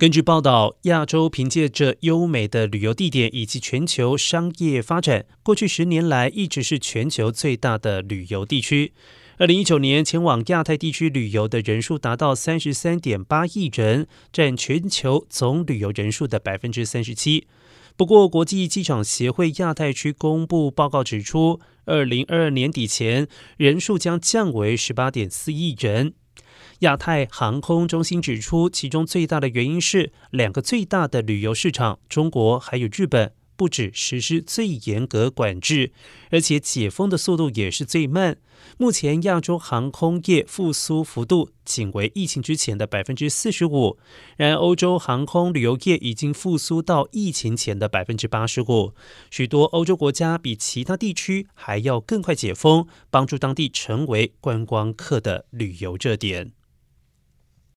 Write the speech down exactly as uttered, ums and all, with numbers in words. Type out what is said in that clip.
根据报道，亚洲凭借着优美的旅游地点以及全球商业发展，过去十年来一直是全球最大的旅游地区。二零一九年前往亚太地区旅游的人数达到 三十三点八亿人，占全球总旅游人数的 百分之三十七。不过，国际机场协会亚太区公布报告指出，二零二二年底前人数将降为 十八点四亿人。亚太航空中心指出，其中最大的原因是两个最大的旅游市场中国还有日本不只实施最严格管制，而且解封的速度也是最慢。目前亚洲航空业复苏幅度仅为疫情之前的 百分之四十五， 然而欧洲航空旅游业已经复苏到疫情前的 百分之八十五。 许多欧洲国家比其他地区还要更快解封，帮助当地成为观光客的旅游热点。